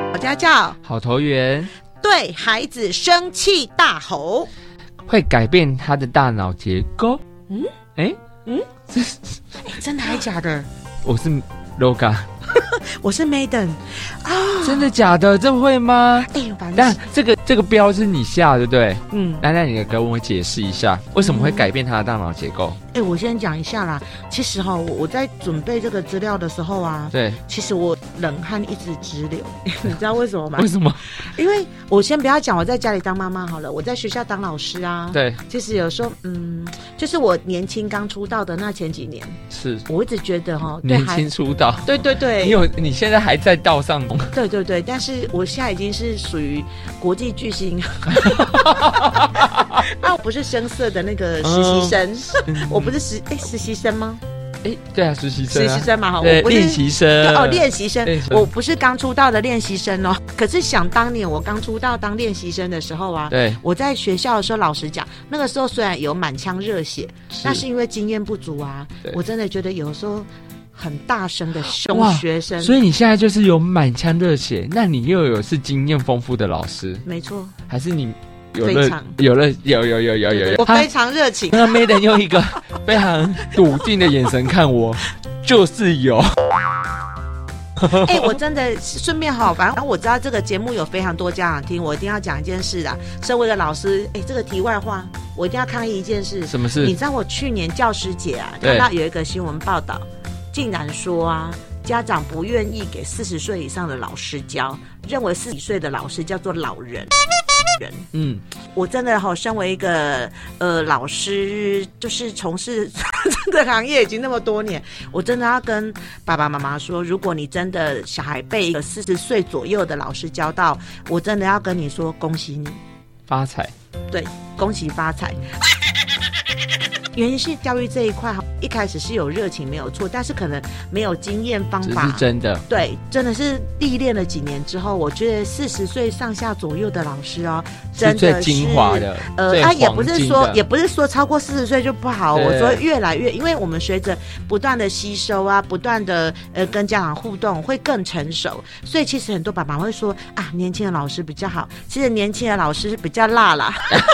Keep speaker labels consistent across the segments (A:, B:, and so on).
A: 好家教，
B: 好投缘，
A: 对孩子生气大吼，
B: 会改变他的大脑结构。
A: 真的还假的？
B: 我是 Loga，
A: 我是 Maiden 啊，
B: 真的假的？这会吗？但这个标是你下对不对？那你跟我解释一下，为什么会改变他的大脑结构？
A: 我先讲一下啦。其实我在准备这个资料的时候啊，
B: 对，
A: 其实我冷汗一直直流，你知道为什么吗？
B: 为什么？
A: 因为我先不要讲我在家里当妈妈好了，我在学校当老师啊。
B: 对，
A: 其实有时候就是我年轻刚出道的那前几年，
B: 是
A: 我一直觉得
B: 年轻出道，
A: 对对对，
B: 你现在还在道上，
A: 对对对，但是我现在已经是属于国际巨星，我不是生涩的那个实习生，我不是实习生吗？
B: 对啊，实习生
A: 嘛，
B: 我不是练习生
A: 练习生，我不是刚出道的练习生哦。可是想当年我刚出道当练习生的时候啊，
B: 对，
A: 我在学校的时候，老实讲，那个时候虽然有满腔热血，那是因为经验不足啊。我真的觉得有时候很大声的凶学生，
B: 所以你现在就是有满腔热血，那你又有是经验丰富的老师，
A: 没错，
B: 还是你？有，
A: 我非常热情。
B: 那 Maiden 用一个非常笃定的眼神看我，就是有。
A: 我真的顺便反正我知道这个节目有非常多家长听，我一定要讲一件事啦。身为一个老师，这个题外话，我一定要抗议一件事。
B: 什么事？
A: 你知道我去年教师节啊，看到有一个新闻报道，竟然说啊，家长不愿意给40岁以上的老师教，认为40岁的老师叫做老人。我真的身为一个老师，就是从事这个行业已经那么多年，我真的要跟爸爸妈妈说，如果你真的小孩被一个40岁左右的老师教到，我真的要跟你说恭喜你
B: 发财，
A: 对，恭喜发财。原因是教育这一块一开始是有热情没有错，但是可能没有经验方法，
B: 这是真的。对，
A: 真的是历练了几年之后，我觉得40岁上下左右的老师真的
B: 是最精华的，
A: 也不是说超过40岁就不好。我说越来越，因为我们随着不断的吸收啊，不断的跟家长互动，会更成熟。所以其实很多爸爸会说啊，年轻的老师比较好，其实年轻的老师比较辣啦。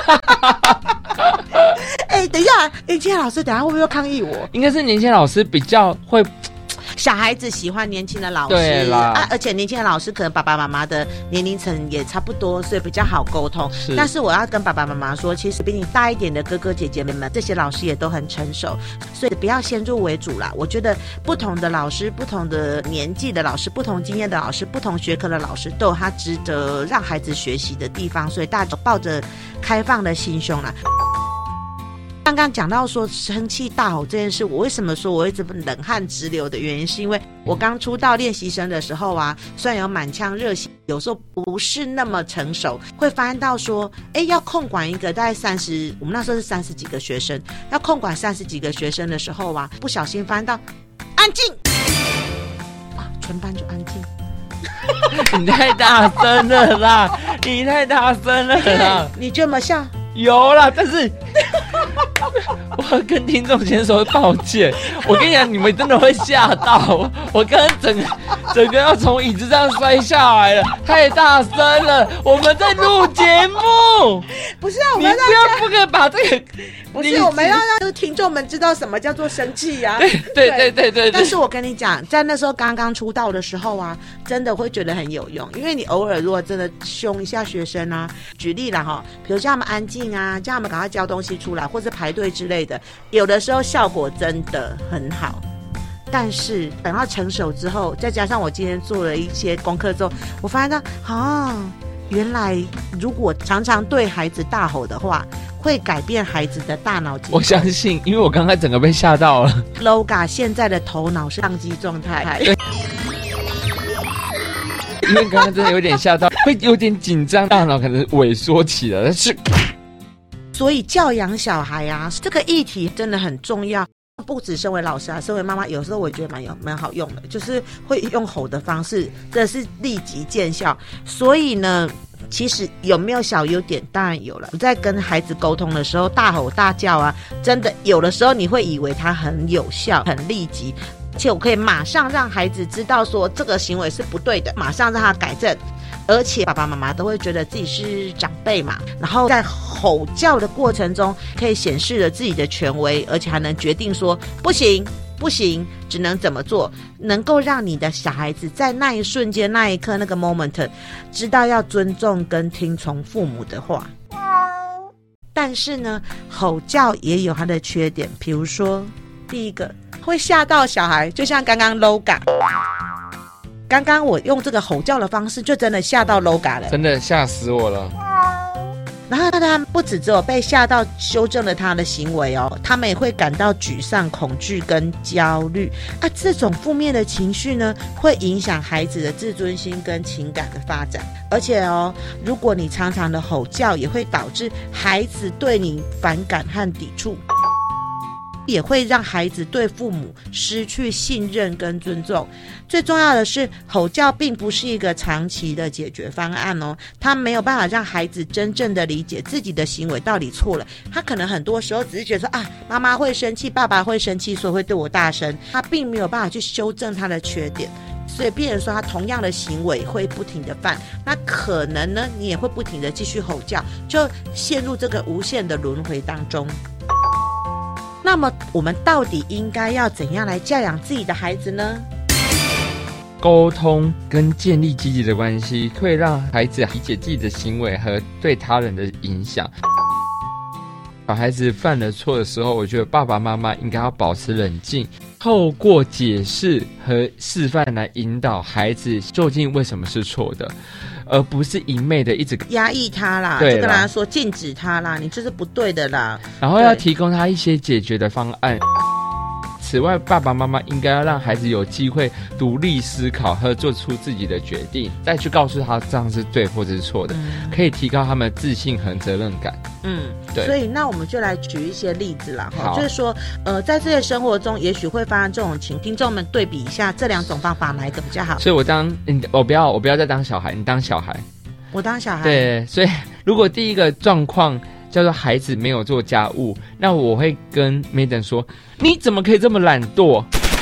A: 等一下，年轻的老师等一下会不会又抗议我？
B: 应该是年轻的老师比较会，
A: 小孩子喜欢年轻的老师，
B: 对啦
A: 而且年轻的老师可能爸爸妈妈的年龄层也差不多，所以比较好沟通。但是我要跟爸爸妈妈说，其实比你大一点的哥哥姐姐们，这些老师也都很成熟，所以不要先入为主啦。我觉得不同的老师、不同的年纪的老师、不同经验的老师、不同学科的老师，都有他值得让孩子学习的地方，所以大家抱着开放的心胸啦。刚刚讲到说生气大吼这件事，我为什么说我一直冷汗直流的原因，是因为我刚出道练习生的时候啊，虽然有满腔热血，有时候不是那么成熟，会发现到说要控管一个大概我们那时候是30几个学生，要控管30几个学生的时候啊，不小心发现到安静全班就安静。
B: 你太大声了啦！你太大声了啦！
A: 你觉得有没有笑？
B: 有啦，但是我要跟听众先说抱歉。我跟你讲，你们真的会吓到我刚刚整个要从椅子上摔下来了，太大声了。我们在录节目，
A: 不是啊，我们
B: 你不可以把这个，
A: 不是我们要让听众们知道什么叫做生气呀。
B: 对。但
A: 是我跟你讲，在那时候刚刚出道的时候啊，真的会觉得很有用，因为你偶尔如果真的凶一下学生啊，举例啦比如叫他们安静啊，叫他们赶快交东西出来，或者排队之类的，有的时候效果真的很好。但是等到成熟之后，再加上我今天做了一些功课之后，我发现到原来如果常常对孩子大吼的话，会改变孩子的大脑结构。
B: 我相信，因为我刚才整个被吓到了。
A: Loga 现在的头脑是宕机状态。
B: 因为刚刚真的有点吓到，会有点紧张，大脑可能萎缩起来。但是，
A: 所以教养小孩啊，这个议题真的很重要。不止身为老师啊，身为妈妈，有时候我觉得蛮好用的，就是会用吼的方式，这是立即见效。所以呢，其实有没有小优点？当然有了。我在跟孩子沟通的时候，大吼大叫啊，真的有的时候你会以为它很有效、很立即，而且我可以马上让孩子知道说这个行为是不对的，马上让他改正。 而且爸爸妈妈都会觉得自己是长辈嘛，然后在吼叫的过程中可以显示了自己的权威，而且还能决定说不行不行，只能怎么做，能够让你的小孩子在那一瞬间那一刻那个 moment 知道要尊重跟听从父母的话。但是呢，吼叫也有它的缺点，比如说第一个会吓到小孩，就像刚刚 Loga， 刚刚我用这个吼叫的方式就真的吓到 Loga 了，
B: 真的吓死我了。
A: 然后他不只有被吓到修正了他的行为哦，他们也会感到沮丧、恐惧跟焦虑啊。这种负面的情绪呢，会影响孩子的自尊心跟情感的发展。而且哦，如果你常常的吼叫，也会导致孩子对你反感和抵触，也会让孩子对父母失去信任跟尊重。最重要的是，吼叫并不是一个长期的解决方案哦，它没有办法让孩子真正的理解自己的行为到底错了。他可能很多时候只是觉得说啊，妈妈会生气，爸爸会生气，所以会对我大声，他并没有办法去修正他的缺点。所以变成说他同样的行为会不停的犯，那可能呢你也会不停的继续吼叫，就陷入这个无限的轮回当中。那么我们到底应该要怎样来教养自己的孩子呢？
B: 沟通跟建立积极的关系，会让孩子理解自己的行为和对他人的影响。小孩子犯了错的时候，我觉得爸爸妈妈应该要保持冷静，透过解释和示范来引导孩子究竟为什么是错的，而不是一昧的一直
A: 压抑他啦，就跟他说禁止他啦，你就是不对的啦，
B: 然后要提供他一些解决的方案。此外，爸爸妈妈应该要让孩子有机会独立思考和做出自己的决定，再去告诉他这样是对或者是错的，可以提高他们的自信和责任感。对。所
A: 以那我们就来举一些例子啦，就是说，在这些生活中，也许会发生这种情，听众们对比一下这两种方法哪一个比较好？
B: 所以我不要再当小孩，你当小孩，
A: 我当小孩。
B: 对，所以如果第一个状况叫做孩子没有做家务，那我会跟 Madam 说，你怎么可以这么懒惰？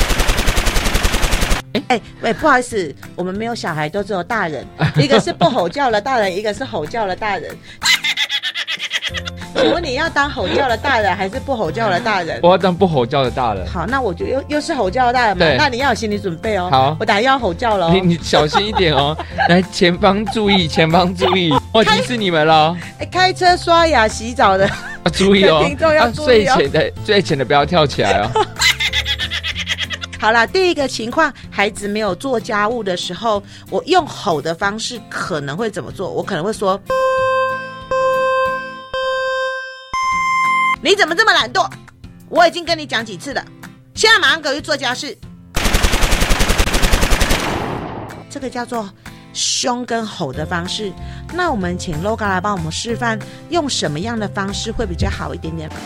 A: 喂，不好意思，我们没有小孩，都只有大人，一个是不吼叫的大人，一个是吼叫的大人。请问你要当吼叫的大人还是不吼叫的大人？
B: 我要当不吼叫的大人。
A: 好，那我就又是吼叫的大人嘛，那你要有心理准备哦。
B: 好，
A: 我等下要吼叫了哦。
B: 你小心一点哦。来，前方注意，前方注意，我提示你们了。
A: 开车、刷牙、洗澡的
B: 注意哦，
A: 听众要注意哦。
B: 最浅的不要跳起来哦。
A: 好啦，第一个情况，孩子没有做家务的时候，我用吼的方式可能会怎么做？我可能会说，你怎么这么懒惰？我已经跟你讲几次了，现在马上给我去做家事。这个叫做凶跟吼的方式。那我们请 Loga 来帮我们示范，用什么样的方式会比较好一点点？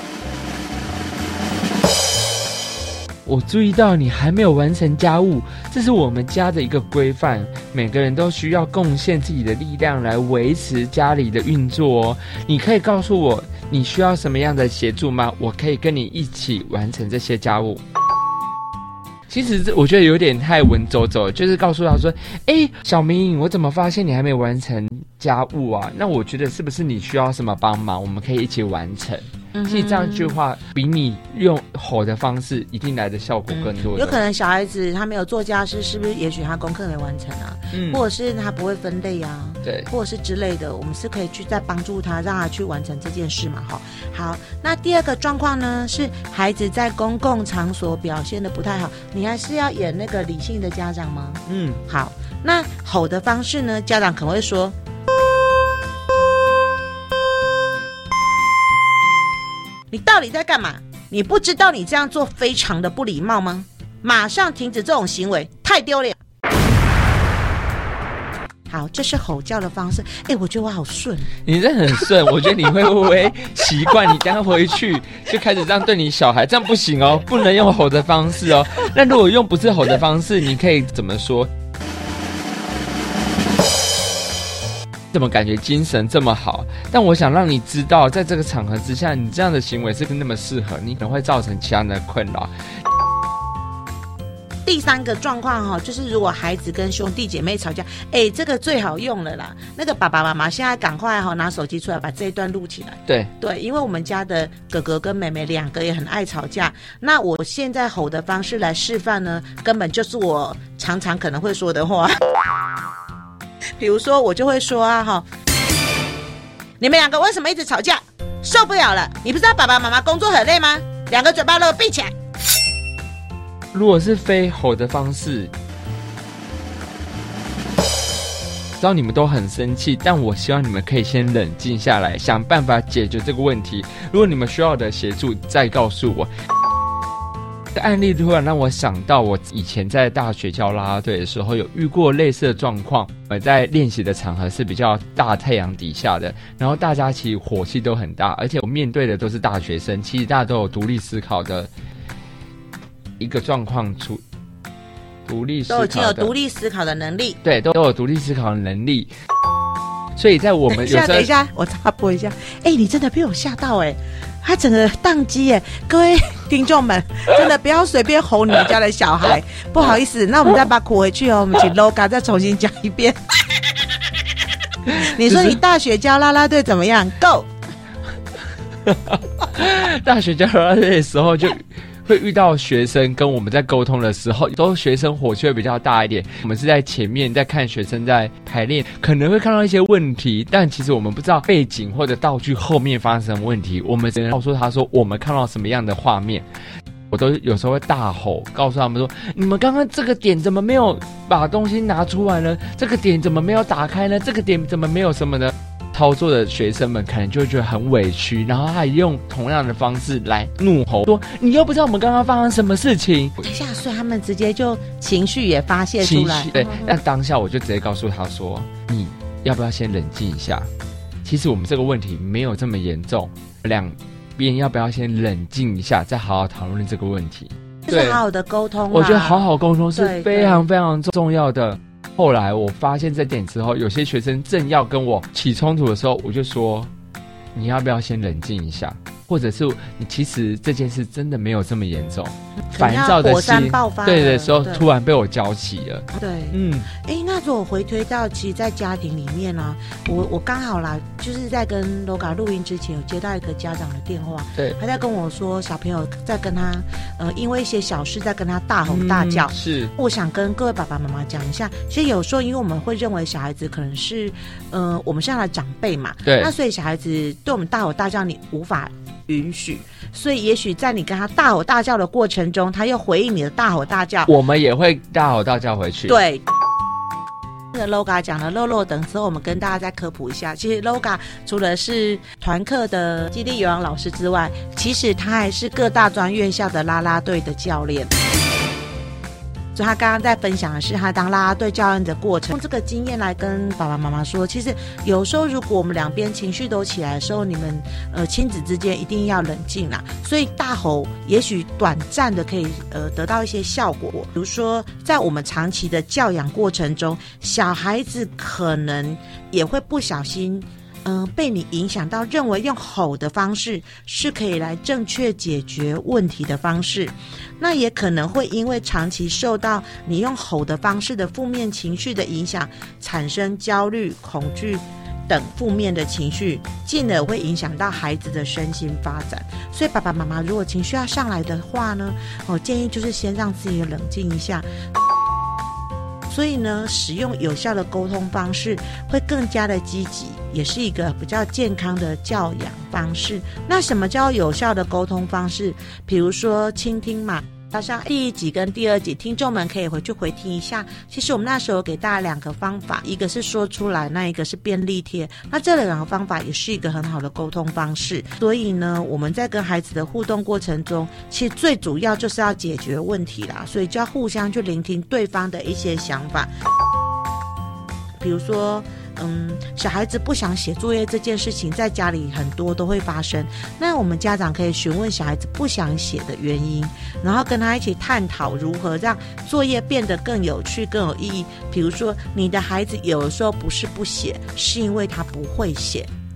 B: 我注意到你还没有完成家务，这是我们家的一个规范，每个人都需要贡献自己的力量来维持家里的运作哦。你可以告诉我你需要什么样的协助吗？我可以跟你一起完成这些家务。其实我觉得有点太文绉绉，就是告诉他说，小明，我怎么发现你还没完成家务啊？那我觉得是不是你需要什么帮忙，我们可以一起完成。其实这样一句话比你用吼的方式一定来的效果更多。
A: 有可能小孩子他没有做家事，是不是也许他功课没完成啊？或者是他不会分类啊？
B: 对，
A: 或者是之类的，我们是可以去再帮助他，让他去完成这件事嘛。好，那第二个状况呢，是孩子在公共场所表现的不太好，你还是要演那个理性的家长吗？好，那吼的方式呢，家长可能会说，你到底在干嘛？你不知道你这样做非常的不礼貌吗？马上停止这种行为，太丢脸。好，这是吼叫的方式。我觉得我好顺，
B: 你这很顺。我觉得你会不会习惯你刚回去就开始这样对你小孩？这样不行哦，不能用吼的方式哦。那如果用不是吼的方式，你可以怎么说？怎么感觉精神这么好？但我想让你知道，在这个场合之下，你这样的行为是不那么适合，你可能会造成其他人的困扰。
A: 第3个状况就是如果孩子跟兄弟姐妹吵架，这个最好用了啦。那个爸爸妈妈现在赶快拿手机出来把这一段录起来。对，因为我们家的哥哥跟妹妹2个也很爱吵架。那我现在吼的方式来示范呢，根本就是我常常可能会说的话。比如说我就会说你们2个为什么一直吵架？受不了了！你不知道爸爸妈妈工作很累吗？2个嘴巴都闭起来。
B: 如果是非吼的方式，知道你们都很生气，但我希望你们可以先冷静下来，想办法解决这个问题。如果你们需要的协助，再告诉我。这案例突然让我想到，我以前在大学教啦啦队的时候，有遇过类似的状况。在练习的场合是比较大太阳底下的，然后大家其实火气都很大，而且我面对的都是大学生，其实大家都有独立思考的一个状况，都已经有
A: 独立思考的能力，
B: 对，都有独立思考的能力。所以在我们有时候，
A: 等一下，我插播一下，你真的被我吓到他整个宕机各位听众们，真的不要随便吼你们家的小孩，不好意思，那我们再把苦回去我们请 Loga 再重新讲一遍。你说你大学教啦啦队怎么样 ？Go！
B: 大学教啦啦队的时候就会遇到学生跟我们在沟通的时候，都学生火气会比较大一点。我们是在前面在看学生在排练，可能会看到一些问题，但其实我们不知道背景或者道具后面发生什么问题，我们只能告诉他说我们看到什么样的画面。我都有时候会大吼，告诉他们说：你们刚刚这个点怎么没有把东西拿出来呢？这个点怎么没有打开呢？这个点怎么没有什么呢？操作的学生们可能就会觉得很委屈，然后他也用同样的方式来怒吼说：你又不知道我们刚刚发生什么事情。
A: 等一下，所以他们直接就情绪也发泄出来。
B: 对，但当下我就直接告诉他说：你要不要先冷静一下？其实我们这个问题没有这么严重，两边要不要先冷静一下，再好好讨论这个问题？
A: 就是好好的沟通
B: 我觉得好好沟通是非常非常重要的。后来我发现这点之后，有些学生正要跟我起冲突的时候，我就说：你要不要先冷静一下？或者是你其实这件事真的没有这么严重，烦躁的心对的时候突然被我浇起了。
A: 对，那如果回推到其实在家庭里面呢，我刚好啦，就是在跟 Loga 录音之前有接到一个家长的电话，
B: 对，
A: 他在跟我说小朋友在跟他因为一些小事在跟他大吼大叫。
B: 是，
A: 我想跟各位爸爸妈妈讲一下，其实有时候因为我们会认为小孩子可能是我们现在的长辈嘛，
B: 对，
A: 那所以小孩子对我们大吼大叫你无法允许，所以也许在你跟他大吼大叫的过程中，他又回应你的大吼大叫，
B: 我们也会大吼大叫回去。
A: 对，那个 Loga 讲的肉等之后，我们跟大家再科普一下，其实 Loga 除了是团课的基地有氧老师之外，其实他还是各大专院校的啦啦队的教练。所以他刚刚在分享的是他当啦啦队教练的过程，用这个经验来跟爸爸妈妈说，其实有时候如果我们两边情绪都起来的时候，你们亲子之间一定要冷静啦。所以大吼也许短暂的可以得到一些效果，比如说在我们长期的教养过程中，小孩子可能也会不小心被你影响到，认为用吼的方式是可以来正确解决问题的方式，那也可能会因为长期受到你用吼的方式的负面情绪的影响，产生焦虑、恐惧等负面的情绪，进而会影响到孩子的身心发展。所以爸爸妈妈如果情绪要上来的话呢，我建议就是先让自己冷静一下。所以呢，使用有效的沟通方式会更加的积极，也是一个比较健康的教养方式。那什么叫有效的沟通方式？比如说倾听嘛，好像第1集跟第2集听众们可以回去回听一下，其实我们那时候给大家2个方法，一个是说出来，那一个是便利贴，那这2个方法也是一个很好的沟通方式。所以呢，我们在跟孩子的互动过程中，其实最主要就是要解决问题啦，所以就要互相去聆听对方的一些想法。比如说小孩子不想写作业这件事情在家里很多都会发生，那我们家长可以询问小孩子不想写的原因，然后跟他一起探讨如何让作业变得更有趣更有意义。比如说你的孩子有的时候不是不写，是因为他不会写，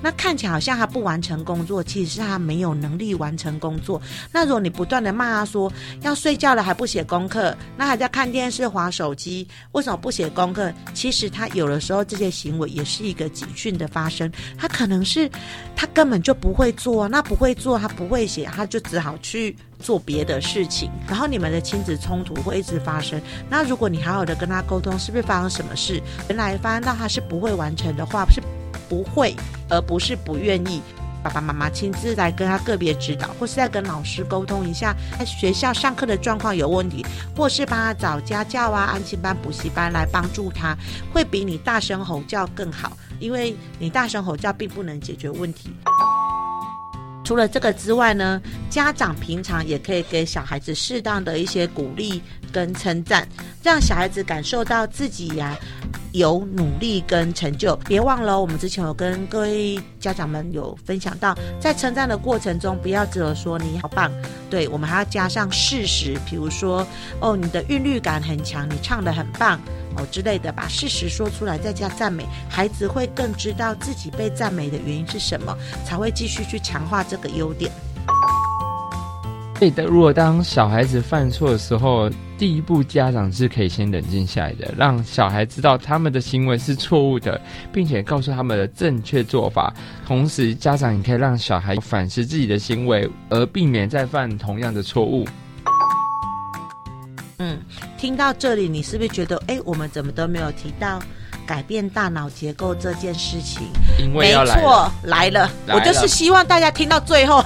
A: 那看起来好像他不完成工作，其实是他没有能力完成工作。那如果你不断的骂他说要睡觉了还不写功课，那还在看电视滑手机，为什么不写功课？其实他有的时候这些行为也是一个警讯的发生，他可能是他根本就不会做，那不会做他不会写，他就只好去做别的事情，然后你们的亲子冲突会一直发生。那如果你好好的跟他沟通，是不是发生什么事，原来发现到他是不会完成的话，是不会而不是不愿意，爸爸妈妈亲自来跟他个别指导，或是在跟老师沟通一下在学校上课的状况有问题，或是帮他找家教啊、安亲班、补习班来帮助他，会比你大声吼叫更好，因为你大声吼叫并不能解决问题。除了这个之外呢，家长平常也可以给小孩子适当的一些鼓励跟称赞，让小孩子感受到自己有努力跟成就。别忘了我们之前有跟各位家长们有分享到，在称赞的过程中不要只有说你好棒，对，我们还要加上事实，比如说你的韵律感很强，你唱得很棒之类的，把事实说出来再加赞美，孩子会更知道自己被赞美的原因是什么，才会继续去强化这个优点。
B: 对的，如果当小孩子犯错的时候，第一步家长是可以先冷静下来的，让小孩知道他们的行为是错误的，并且告诉他们的正确做法。同时家长也可以让小孩反思自己的行为，而避免再犯同样的错误。
A: 听到这里你是不是觉得我们怎么都没有提到改变大脑结构这件事情？
B: 因为要来了，
A: 没错，来了，我就是希望大家听到最后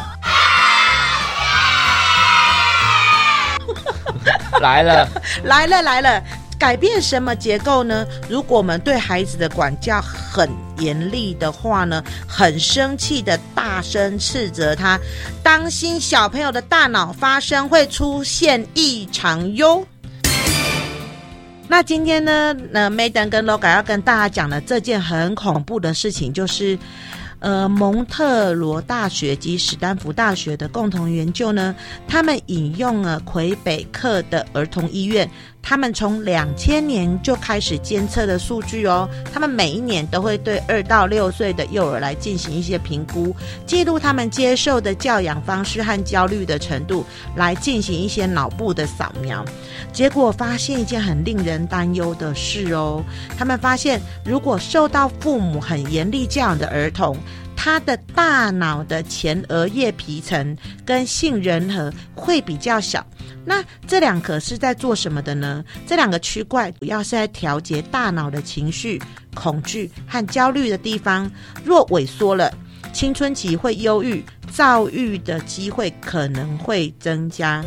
B: 来了
A: 来了，改变什么结构呢？如果我们对孩子的管教很严厉的话呢，很生气的大声斥责他，当心小朋友的大脑发生会出现异常哟。那今天呢Madam 跟 Loga 要跟大家讲的这件很恐怖的事情，就是蒙特罗大学及史丹福大学的共同研究呢，他们引用了魁北克的儿童医院，他们从2000年就开始监测的数据他们每一年都会对2到6岁的幼儿来进行一些评估，记录他们接受的教养方式和焦虑的程度，来进行一些脑部的扫描。结果发现一件很令人担忧的事他们发现如果受到父母很严厉教养的儿童，他的大脑的前额叶皮层跟杏仁核会比较小。那这两个是在做什么的呢？这两个区块主要是在调节大脑的情绪、恐惧和焦虑的地方。若萎缩了，青春期会忧郁，躁郁的机会可能会增加。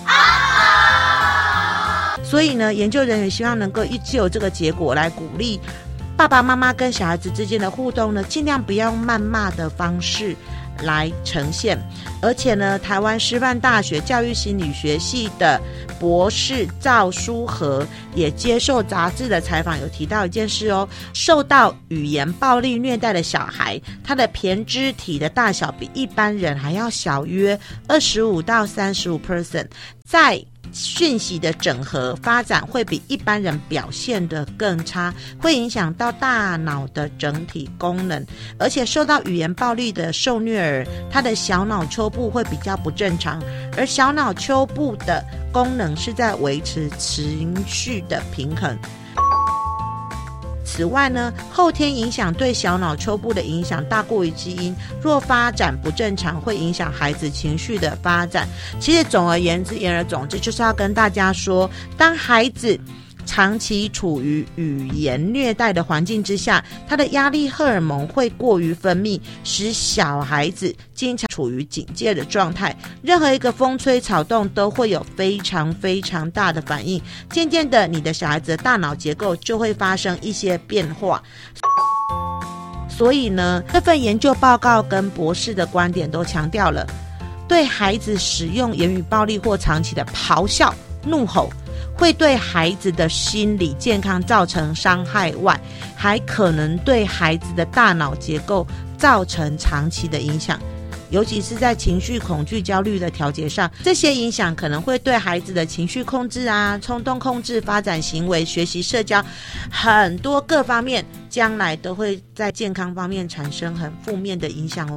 A: 所以呢，研究人员希望能够就有这个结果来鼓励爸爸妈妈跟小孩子之间的互动呢，尽量不要用谩骂的方式来呈现。而且呢，台湾师范大学教育心理学系的博士赵书和也接受杂志的采访，有提到一件事受到语言暴力虐待的小孩，他的胼胝体的大小比一般人还要小约25到35%，在讯息的整合发展会比一般人表现得更差，会影响到大脑的整体功能。而且受到语言暴力的受虐儿，他的小脑丘部会比较不正常，而小脑丘部的功能是在维持情绪的平衡。此外呢，后天影响对小脑丘部的影响大过于基因，若发展不正常，会影响孩子情绪的发展。其实总而言之，言而总之，就是要跟大家说，当孩子长期处于语言虐待的环境之下，他的压力荷尔蒙会过于分泌，使小孩子经常处于警戒的状态，任何一个风吹草动都会有非常非常大的反应，渐渐的你的小孩子的大脑结构就会发生一些变化。所以呢，这份研究报告跟博士的观点都强调了，对孩子使用言语暴力或长期的咆哮、怒吼，会对孩子的心理健康造成伤害外，还可能对孩子的大脑结构造成长期的影响。 尤其是在情绪恐惧焦虑的调节上，这些影响可能会对孩子的情绪控制啊、冲动控制、发展行为、学习社交很多各方面，将来都会在健康方面产生很负面的影响哦。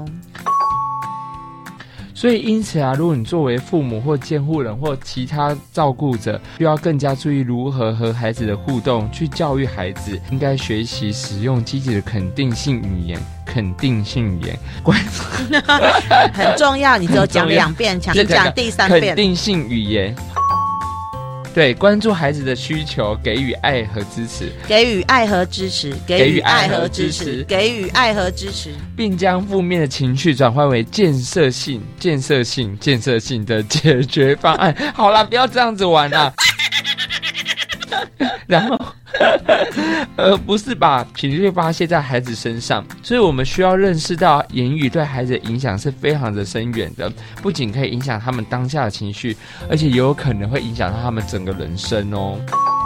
B: 所以因此啊，如果你作为父母或监护人或其他照顾者，就要更加注意如何和孩子的互动，去教育孩子。应该学习使用积极的肯定性语言，肯定性语言
A: 很重要，你只有讲2遍，请讲第3遍。
B: 肯定性语言，对，关注孩子的需求，给予爱和支持，
A: 给予爱和支持，给予爱和支持，给予爱和支持，并
B: 将负面的情绪转换为建设性的解决方案。好啦，不要这样子玩啦。然后而不是把情绪发泄在孩子身上，所以我们需要认识到言语对孩子的影响是非常的深远的，不仅可以影响他们当下的情绪，而且也有可能会影响到他们整个人生哦。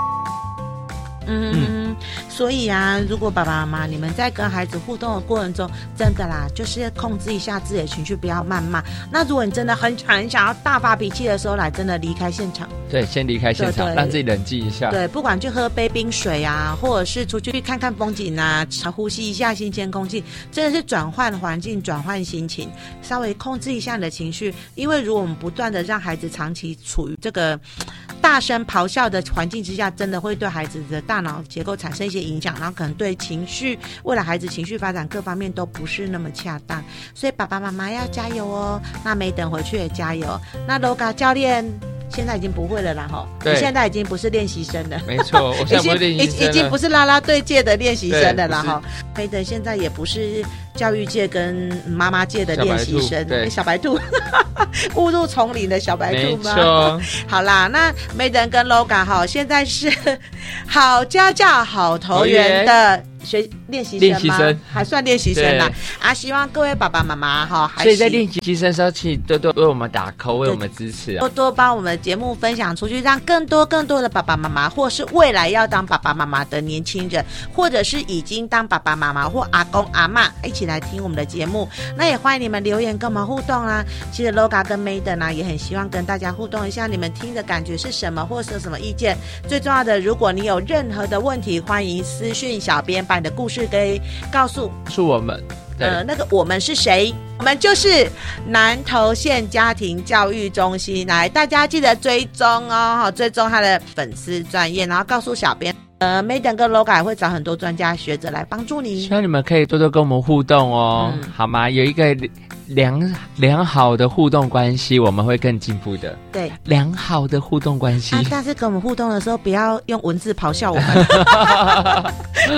A: 所以啊，如果爸爸妈妈你们在跟孩子互动的过程中，真的啦，就是控制一下自己的情绪，不要谩骂。那如果你真的很想要大发脾气的时候，来真的离开现场。
B: 对，先离开现场，让自己冷静一下。
A: 对，不管去喝杯冰水啊，或者是出去看看风景啊，呼吸一下新鲜空气，真的是转换环境、转换心情，稍微控制一下你的情绪。因为如果我们不断的让孩子长期处于这个大声咆哮的环境之下，真的会对孩子的大脑结构产生一些影响，然后可能对情绪，未来孩子情绪发展各方面都不是那么恰当。所以爸爸妈妈要加油哦。那没等回去也加油。那 Loga 教练现在已经不会了啦齁，你现在已经不是练习生了。
B: 没错，我现在不是练习生了，
A: 已经不是啦啦队界的练习生了啦齁。梅登现在也不是教育界跟妈妈界的练习生，小白兔，误入丛林的小白兔吗？没错。好啦，那梅登跟 Loga 齁，现在是好家教好投缘的练习生吗？还算练习生啦。啊，希望各位爸爸妈妈哈，
B: 所以在练习生的时候，请多多为我们打 call， 为我们支持，
A: 多多帮我们的节目分享出去，让更多的爸爸妈妈，或是未来要当爸爸妈妈的年轻人，或者是已经当爸爸妈妈或阿公阿嬷，一起来听我们的节目。那也欢迎你们留言跟我们互动啦。其实 Loga 跟 Maiden 呢，也很希望跟大家互动一下，你们听的感觉是什么，或是有什么意见。最重要的，如果你有任何的问题，欢迎私讯小编，把你的故事给告诉
B: 我们。
A: 那个我们是谁？我们就是南投县家庭教育中心。来，大家记得追踪哦，追踪他的粉丝专页，然后告诉小编。Maiden 跟 Loga 也会找很多专家学者来帮助你。
B: 希望你们可以多多跟我们互动哦，好吗？有一个良好的互动关系，我们会更进步的。对，良好的互动关系。
A: 但是跟我们互动的时候，不要用文字咆哮我们。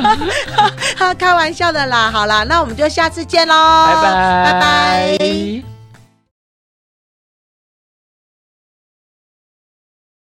A: 开玩笑的啦，好啦，那我们就下次见咯，
B: 拜拜，
A: 拜拜。